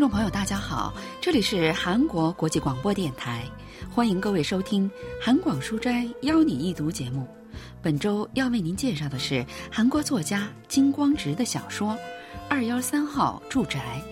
众朋友大家好，这里是韩国国际广播电台，欢迎各位收听韩广书斋邀你一读节目。本周要为您介绍的是韩国作家金光直的小说《213号住宅》。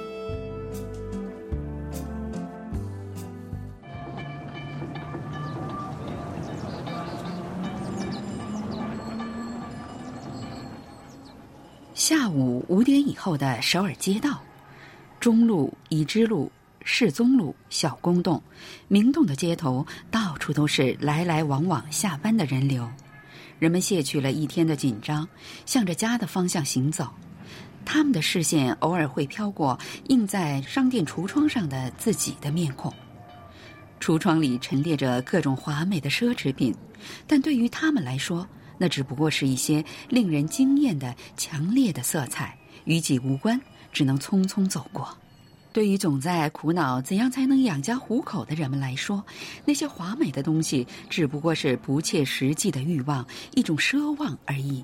下午5点以后的首尔街道，中路、宜之路、世宗路、小公洞、明洞的街头，到处都是来来往往下班的人流。人们卸去了一天的紧张，向着家的方向行走。他们的视线偶尔会飘过映在商店橱窗上的自己的面孔。橱窗里陈列着各种华美的奢侈品，但对于他们来说，那只不过是一些令人惊艳的强烈的色彩，与己无关，只能匆匆走过。对于总在苦恼怎样才能养家糊口的人们来说，那些华美的东西只不过是不切实际的欲望，一种奢望而已。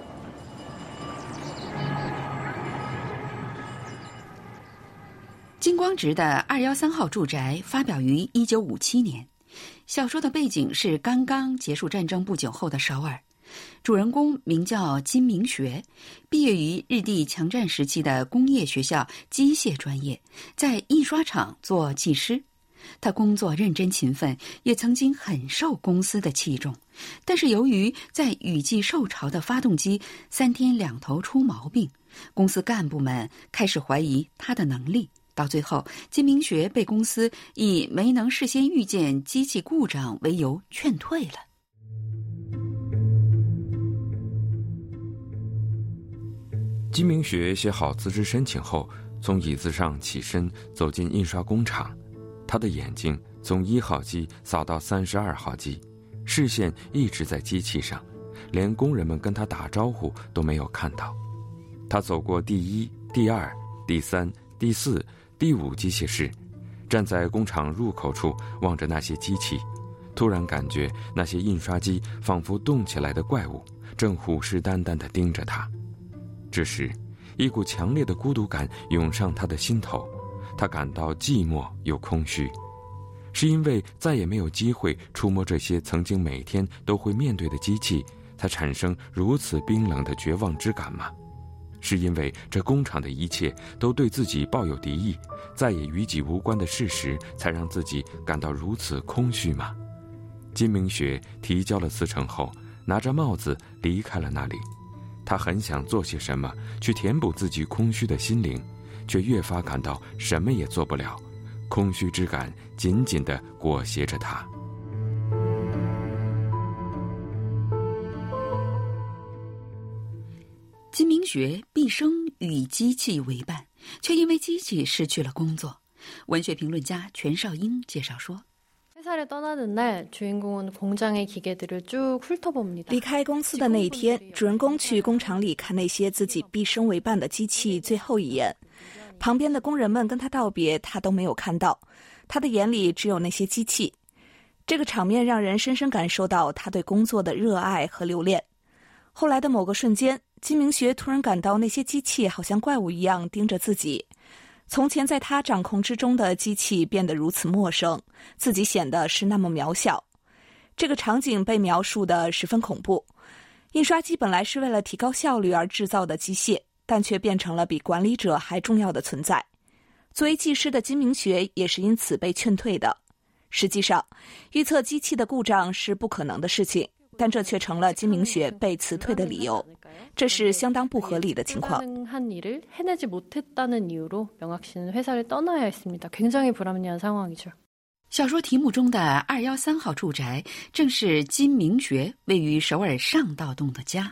金光直的213号住宅发表于1957年，小说的背景是刚刚结束战争不久后的首尔。主人公名叫金明学，毕业于日帝强占时期的工业学校机械专业，在印刷厂做技师。他工作认真勤奋，也曾经很受公司的器重。但是由于在雨季受潮的发动机3天2头出毛病，公司干部们开始怀疑他的能力。到最后，金明学被公司以没能事先预见机器故障为由劝退了。 金明学写好辞职申请后，从椅子上起身走进印刷工厂。他的眼睛从1号机扫到32号机，视线一直在机器上，连工人们跟他打招呼都没有看到。他走过第1、第2、第3、第4、第5机械室，站在工厂入口处望着那些机器，突然感觉那些印刷机仿佛动起来的怪物，正虎视眈眈地盯着他。这时，一股强烈的孤独感涌上他的心头，他感到寂寞又空虚。是因为再也没有机会触摸这些曾经每天都会面对的机器，才产生如此冰冷的绝望之感吗？是因为这工厂的一切都对自己抱有敌意，再也与己无关的事实，才让自己感到如此空虚吗？金明学提交了辞呈后，拿着帽子离开了那里。他很想做些什么去填补自己空虚的心灵，却越发感到什么也做不了，空虚之感紧紧地裹挟着他。 金明学毕生与机器为伴，却因为机器失去了工作。文学评论家全少英介绍说， 离开公司的那一天，主人公去工厂里看那些自己毕生为伴的机器最后一眼。旁边的工人们跟他道别，他都没有看到，他的眼里只有那些机器。这个场面让人深深感受到他对工作的热爱和留恋。后来的某个瞬间，金明学突然感到那些机器好像怪物一样盯着自己。从前在他掌控之中的机器变得如此陌生，自己显得是那么渺小。这个场景被描述得十分恐怖。印刷机本来是为了提高效率而制造的机械，但却变成了比管理者还重要的存在。作为技师的金明学也是因此被劝退的。实际上，预测机器的故障是不可能的事情，但这却成了金明学被辞退的理由，这是相当不合理的情况。 小说题目中的213号住宅正是金明学位于首尔上道洞的家。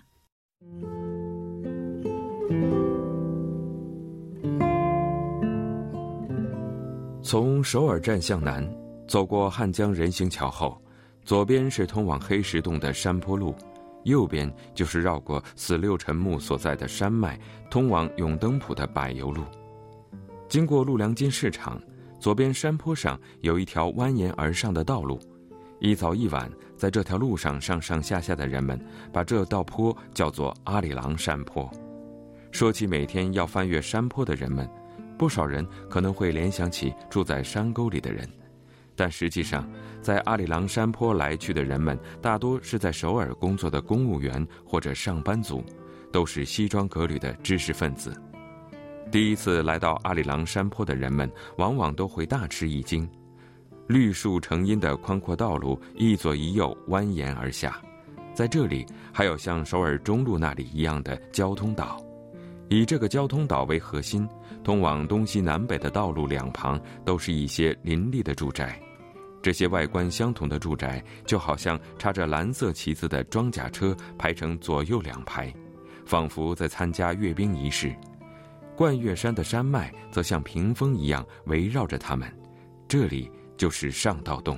从首尔站向南，走过汉江人行桥后，左边是通往黑石洞的山坡路，右边就是绕过死六陈墓所在的山脉，通往永登浦的柏油路。经过陆良金市场，左边山坡上有一条蜿蜒而上的道路，一早一晚在这条路上上上下下的人们把这道坡叫做阿里郎山坡。说起每天要翻越山坡的人们， 不少人可能会联想起住在山沟里的人，但实际上，在阿里郎山坡来去的人们大多是在首尔工作的公务员或者上班族，都是西装革履的知识分子。第一次来到阿里郎山坡的人们往往都会大吃一惊，绿树成荫的宽阔道路一左一右蜿蜒而下，在这里还有像首尔中路那里一样的交通岛，以这个交通岛为核心，通往东西南北的道路两旁都是一些林立的住宅。这些外观相同的住宅就好像插着蓝色旗子的装甲车排成左右两排，仿佛在参加阅兵仪式。冠岳山的山脉则像屏风一样围绕着它们，这里就是上道洞。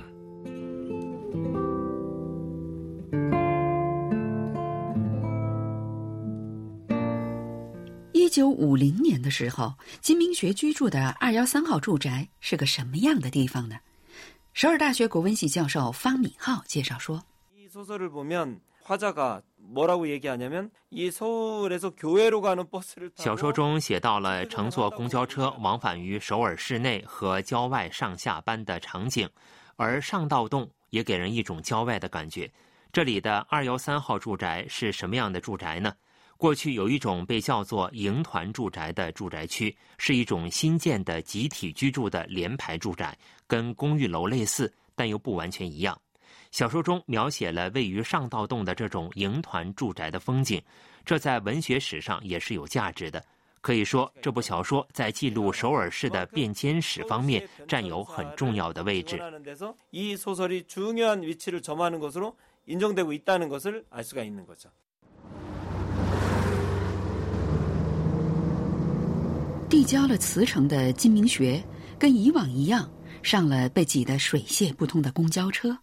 1950年的时候，金明学居住的213号住宅是个什么样的地方呢？首尔大学国文系教授方敏浩介绍说， 이 소설을 보면 화자가 뭐라고 얘기하냐면 이 서울에서 교회로 가는 버스를 타고 小说中写到了乘坐公交车往返于首尔市内和郊外上下班的场景，而上道洞也给人一种郊外的感觉。这里的213号住宅是什么样的住宅呢？过去有一种被叫做营团住宅的住宅区，是一种新建的集体居住的联排住宅，跟公寓楼类似，但又不完全一样。小说中描写了位于上道洞的这种营团住宅的风景，这在文学史上也是有价值的。可以说，这部小说在记录首尔市的变迁史方面占有很重要的位置。 이 소설이 중요한 위치를 점하는 것으로 인정되고 있다는 것을 알 수가 있는 거죠. 递交了辞呈的金明学跟以往一样，上了被挤得水泄不通的公交车。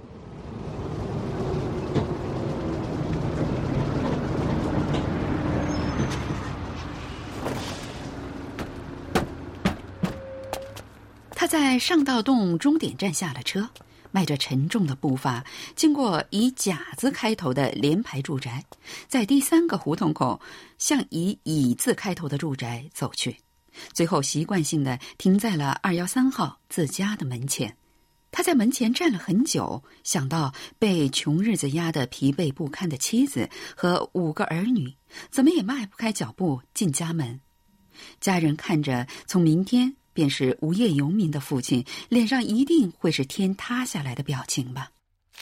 他在上道洞终点站下了车，迈着沉重的步伐，经过以甲字开头的联排住宅，在第3个胡同口向以乙字开头的住宅走去，最后习惯性地停在了213号自家的门前。他在门前站了很久，想到被穷日子压得疲惫不堪的妻子和5个儿女，怎么也迈不开脚步进家门。家人看着从明天便是无业游民的父亲，脸上一定会是天塌下来的表情吧。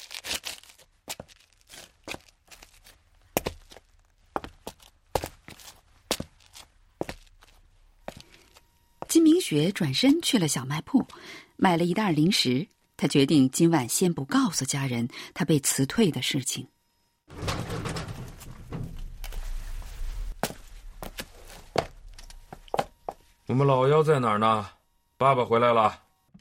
金明学转身去了小卖铺，买了一袋零食。他决定今晚先不告诉家人他被辞退的事情。 我们老幺在哪儿呢？爸爸回来了。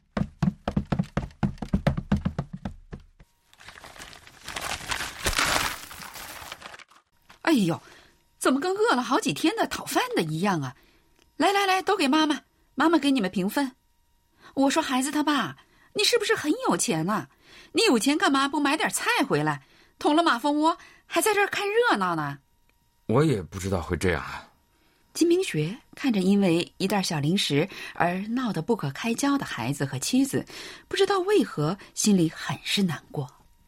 哎呦，怎么跟饿了好几天的讨饭的一样啊？来来来，都给妈妈，妈妈给你们平分。我说孩子他爸，你是不是很有钱呐？你有钱干嘛不买点菜回来？捅了马蜂窝，还在这儿看热闹呢？ 我也不知道会这样啊。 金明学看着因为一袋小零食而闹得不可开交的孩子和妻子，不知道为何心里很是难过。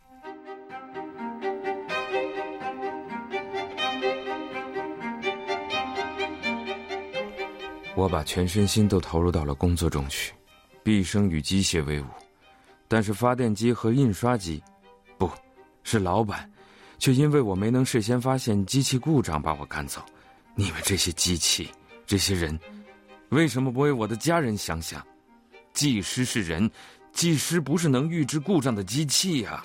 我把全身心都投入到了工作中去，毕生与机械为伍，但是发电机和印刷机，不是老板，却因为我没能事先发现机器故障把我赶走。你们这些机器，这些人，为什么不为我的家人想想？技师是人，技师不是能预知故障的机器啊。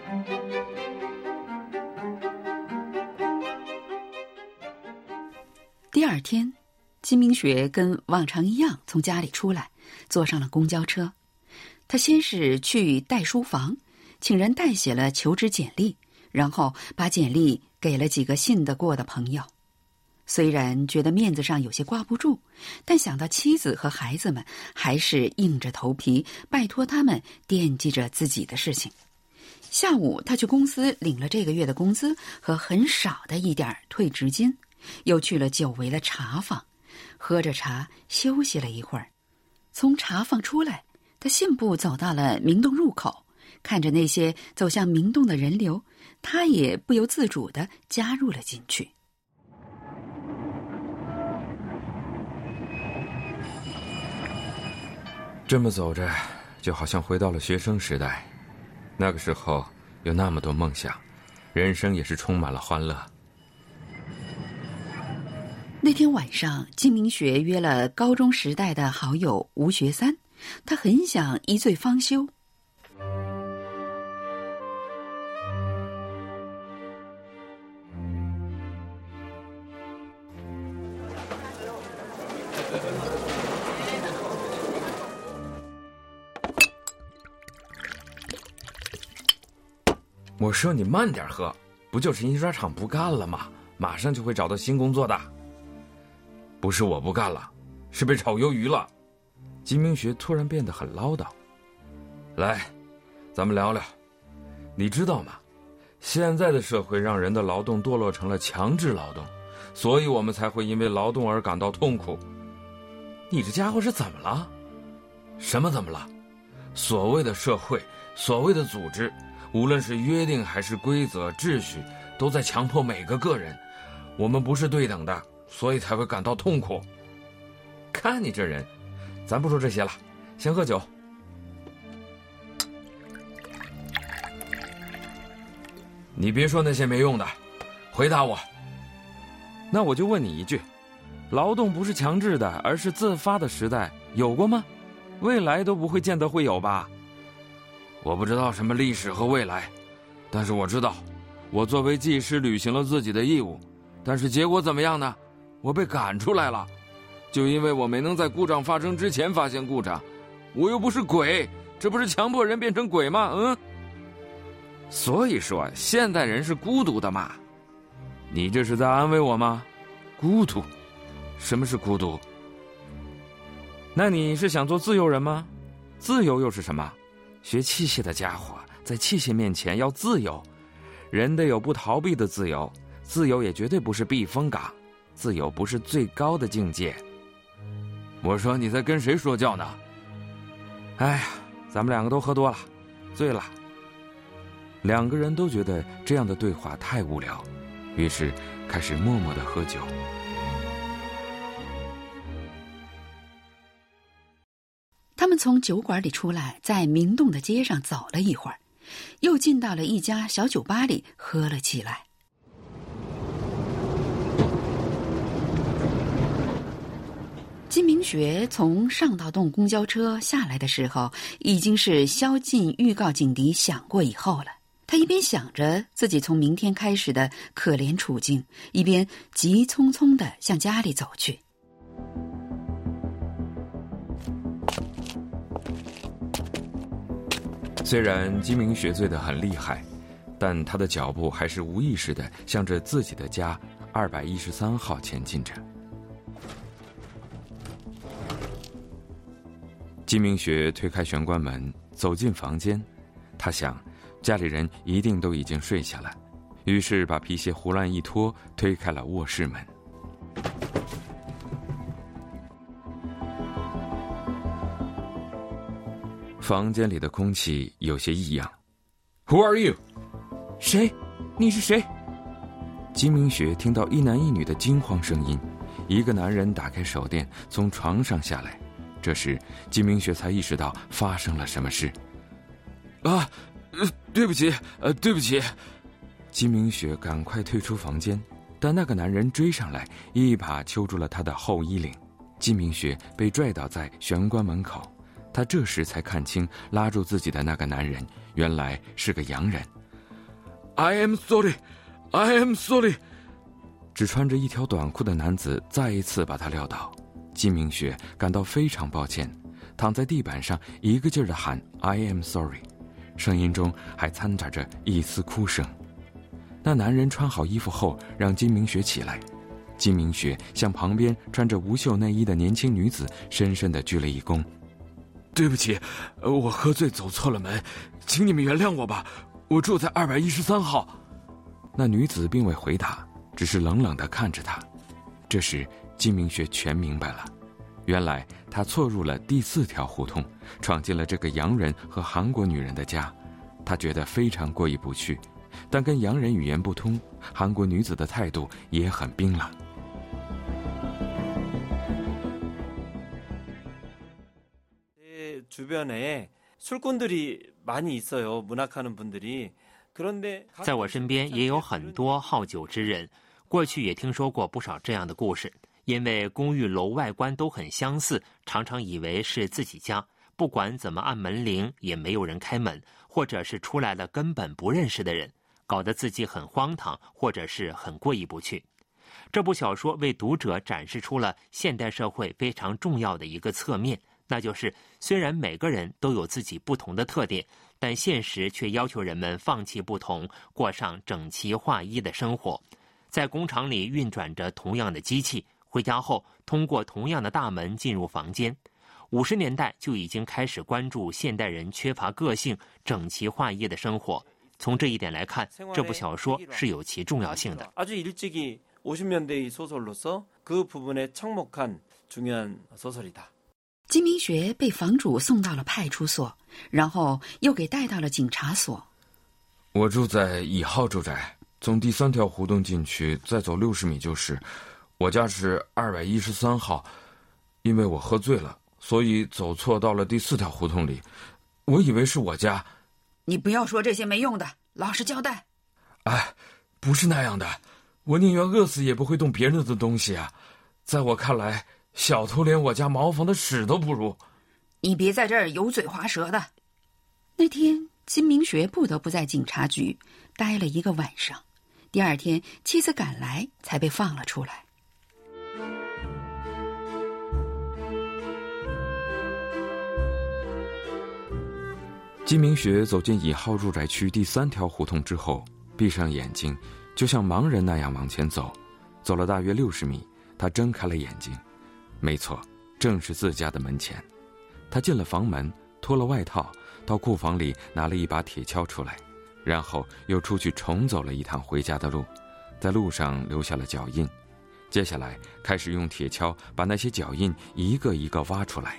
第二天，金明学跟往常一样从家里出来，坐上了公交车。他先是去代书房，请人代写了求职简历，然后把简历给了几个信得过的朋友。虽然觉得面子上有些挂不住，但想到妻子和孩子们，还是硬着头皮拜托他们惦记着自己的事情。下午他去公司领了这个月的工资和很少的一点退职金，又去了久违的茶坊， 喝着茶休息了一会儿。从茶坊出来，他信步走到了明洞入口，看着那些走向明洞的人流，他也不由自主地加入了进去。 这么走着，就好像回到了学生时代。那个时候有那么多梦想，人生也是充满了欢乐。 那天晚上，金明学约了高中时代的好友吴学三，他很想一醉方休。 我说你慢点喝，不就是印刷厂不干了吗？马上就会找到新工作的。不是我不干了，是被炒鱿鱼了。金明学突然变得很唠叨。来，咱们聊聊。你知道吗？现在的社会让人的劳动堕落成了强制劳动，所以我们才会因为劳动而感到痛苦。你这家伙是怎么了？什么怎么了？所谓的社会，所谓的组织，无论是约定还是规则秩序，都在强迫每个个人。我们不是对等的，所以才会感到痛苦。看你这人，咱不说这些了，先喝酒。你别说那些没用的，回答我。那我就问你一句，劳动不是强制的，而是自发的时代有过吗？未来都不会见得会有吧？我不知道什么历史和未来，但是我知道，我作为技师履行了自己的义务，但是结果怎么样呢？我被赶出来了，就因为我没能在故障发生之前发现故障。我又不是鬼，这不是强迫人变成鬼吗？所以说现代人是孤独的嘛。你这是在安慰我吗？孤独？什么是孤独？那你是想做自由人吗？自由又是什么？学器械的家伙在器械面前要自由，人得有不逃避的自由，自由也绝对不是避风港，自由不是最高的境界。我说你在跟谁说教呢？哎呀，咱们两个都喝多了，醉了。两个人都觉得这样的对话太无聊，于是开始默默地喝酒。 他们从酒馆里出来，在明洞的街上走了一会儿，又进到了一家小酒吧里喝了起来。金明学从上道洞公交车下来的时候，已经是宵禁预告警笛响过以后了。他一边想着自己从明天开始的可怜处境，一边急匆匆地向家里走去。 虽然金明学醉得很厉害，但他的脚步还是无意识地向着自己的家213号前进着。金明学推开玄关门，走进房间。他想，家里人一定都已经睡下了，于是把皮鞋胡乱一脱，推开了卧室门。房间里的空气有些异样。Who are you？ 谁？你是谁？金明学听到一男一女的惊慌声音，一个男人打开手电，从床上下来。这时金明学才意识到发生了什么事。对不起，对不起。金明学赶快退出房间，但那个男人追上来，一把揪住了他的后衣领。金明学被拽倒在玄关门口，他这时才看清拉住自己的那个男人原来是个洋人。I am sorry, I am sorry。 只穿着一条短裤的男子再一次把他撂倒。金明学感到非常抱歉，躺在地板上一个劲儿地喊 I am sorry， 声音中还掺杂着一丝哭声。那男人穿好衣服后让金明学起来，金明学向旁边穿着无袖内衣的年轻女子深深地鞠了一躬。对不起，我喝醉走错了门，请你们原谅我吧，我住在213号。那女子并未回答，只是冷冷地看着他。这时金明学全明白了，原来他错入了第4条胡同，闯进了这个洋人和韩国女人的家。他觉得非常过意不去，但跟洋人语言不通，韩国女子的态度也很冰冷。 주변에 술꾼들이 많이 있어요. 문학하는 분들이. 그런데 在我身边也有很多好酒之人，过去也听说过不少这样的故事。因为公寓楼外观都很相似，常常以为是自己家，不管怎么按门铃也没有人开门，或者是出来了根本不认识的人，搞得自己很荒唐，或者是很过意不去。这部小说为读者展示出了现代社会非常重要的一个侧面，那就是虽然每个人都有自己不同的特点，但现实却要求人们放弃不同，过上整齐划一的生活。在工厂里运转着同样的机器，回家后通过同样的大门进入房间。50年代就已经开始关注现代人缺乏个性、整齐划一的生活。从这一点来看，这部小说是有其重要性的。 아주일찍이 50년대의 소설로서 그 부분에 착목한 중요한 소설이다. 金明学被房主送到了派出所，然后又给带到了警察所。 我住在1号住宅，从第3条胡同进去，再走60米就是。我家是213号，因为我喝醉了，所以走错到了第4条胡同里。我以为是我家。 你不要说这些没用的，老实交代。 哎，不是那样的，我宁愿饿死也不会动别人的东西啊。在我看来，小偷连我家茅房的屎都不如。 你别在这儿油嘴滑舌的。那天金明学不得不在警察局待了1个晚上，第2天妻子赶来才被放了出来。 金明学走进1号住宅区第3条胡同之后，闭上眼睛，就像盲人那样往前走。走了大约60米，他睁开了眼睛，没错，正是自家的门前。他进了房门，脱了外套，到库房里拿了一把铁锹出来，然后又出去重走了一趟回家的路，在路上留下了脚印。接下来开始用铁锹把那些脚印一个一个挖出来。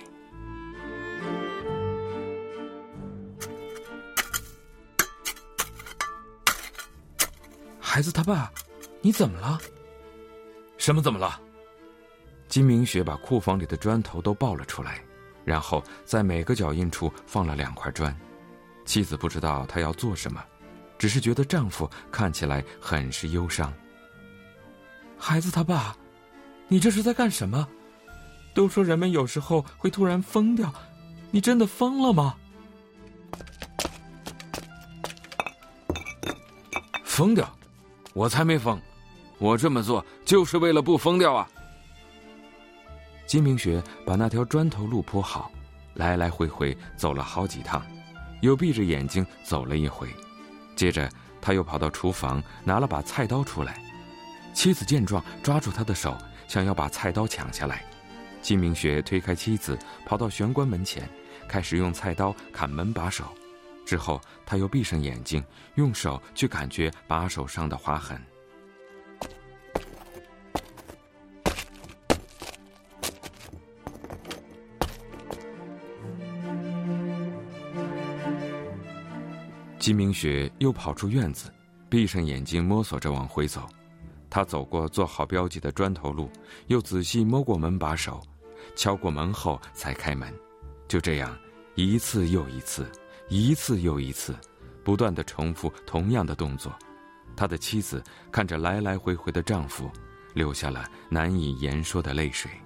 孩子他爸，你怎么了？什么怎么了？金明学把库房里的砖头都抱了出来，然后在每个脚印处放了2块砖。妻子不知道她要做什么，只是觉得丈夫看起来很是忧伤。孩子他爸，你这是在干什么？都说人们有时候会突然疯掉，你真的疯了吗？疯掉？我才没疯，我这么做就是为了不疯掉啊！金明学把那条砖头路铺好，来来回回走了好几趟，又闭着眼睛走了一回。接着他又跑到厨房拿了把菜刀出来。妻子见状抓住他的手，想要把菜刀抢下来。金明学推开妻子，跑到玄关门前，开始用菜刀砍门把手。之后他又闭上眼睛，用手去感觉把手上的划痕。金明学又跑出院子，闭上眼睛摸索着往回走。他走过做好标记的砖头路，又仔细摸过门把手，敲过门后才开门。就这样一次又一次，一次又一次，不断地重复同样的动作。他的妻子看着来来回回的丈夫，流下了难以言说的泪水。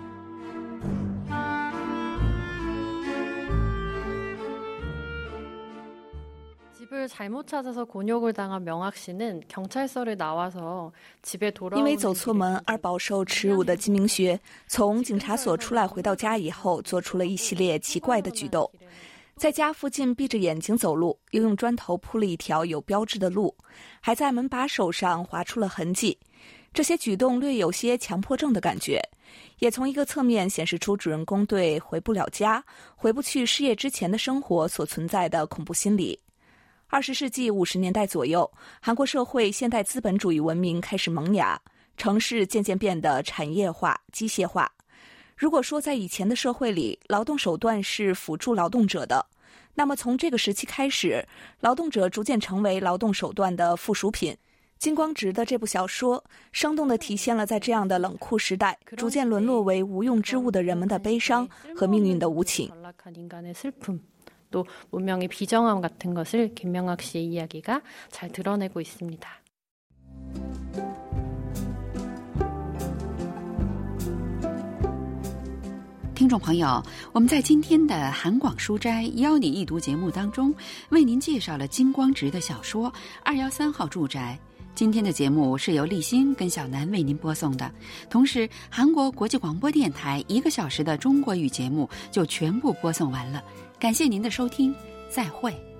因为走错门而饱受耻辱的金明学，从警察所出来回到家以后，做出了一系列奇怪的举动。在家附近闭着眼睛走路，又用砖头铺了一条有标志的路，还在门把手上划出了痕迹。这些举动略有些强迫症的感觉，也从一个侧面显示出主人公对回不了家、回不去失业之前的生活所存在的恐怖心理。20世纪50年代左右，韩国社会现代资本主义文明开始萌芽， 城市渐渐变得产业化、机械化。如果说在以前的社会里，劳动手段是辅助劳动者的，那么从这个时期开始，劳动者逐渐成为劳动手段的附属品。金光直的这部小说生动地体现了在这样的冷酷时代逐渐沦落为无用之物的人们的悲伤和命运的无情。 또 문명의 비정함 같은 것을 김명학 씨의 이야기가 잘 드러내고 있습니다. 听众朋友，我们在今天的韩广书斋邀你一读节目当中，为您介绍了金光直的小说《213号住宅》。今天的节目是由立新跟小南为您播送的，同时韩国国际广播电台1个小时的中国语节目就全部播送完了。感谢您的收听，再会。